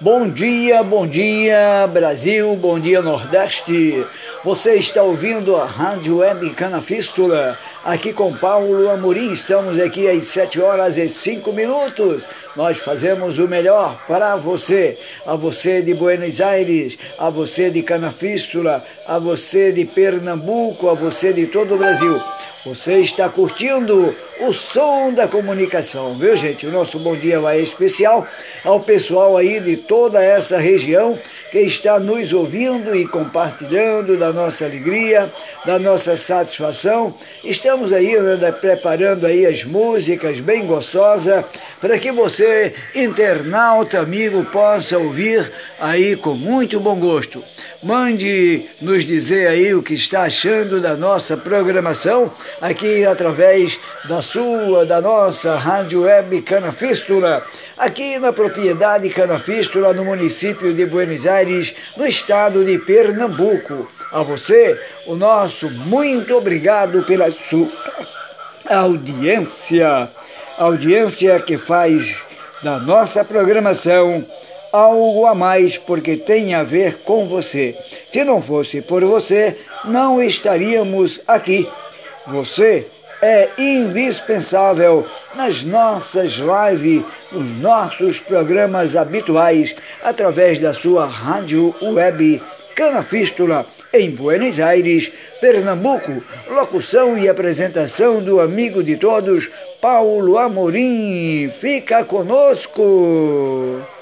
Bom dia Brasil, bom dia Nordeste. Você está ouvindo a Rádio Web Canafístula, aqui com Paulo Amorim. Estamos aqui às 7h05. Nós fazemos o melhor para você, a você de Buenos Aires, a você de Canafístula, a você de Pernambuco, a você de todo o Brasil. Você está curtindo o som da comunicação, viu, gente? O nosso bom dia vai especial ao pessoal aí de toda essa região que está nos ouvindo e compartilhando da nossa alegria, da nossa satisfação. Estamos aí, né, preparando aí as músicas bem gostosas para que você, internauta, amigo, possa ouvir aí com muito bom gosto. Mande nos dizer aí o que está achando da nossa programação aqui através da nossa Rádio Web Canafístula, aqui na propriedade Canafístula, no município de Buenos Aires, no estado de Pernambuco. A você, o nosso muito obrigado pela sua audiência que faz da nossa programação algo a mais, porque tem a ver com você. Se não fosse por você, não estaríamos aqui. Você é indispensável nas nossas lives, nos nossos programas habituais, através da sua rádio web Canafístula, em Buenos Aires, Pernambuco. Locução e apresentação do amigo de todos, Paulo Amorim. Fica conosco!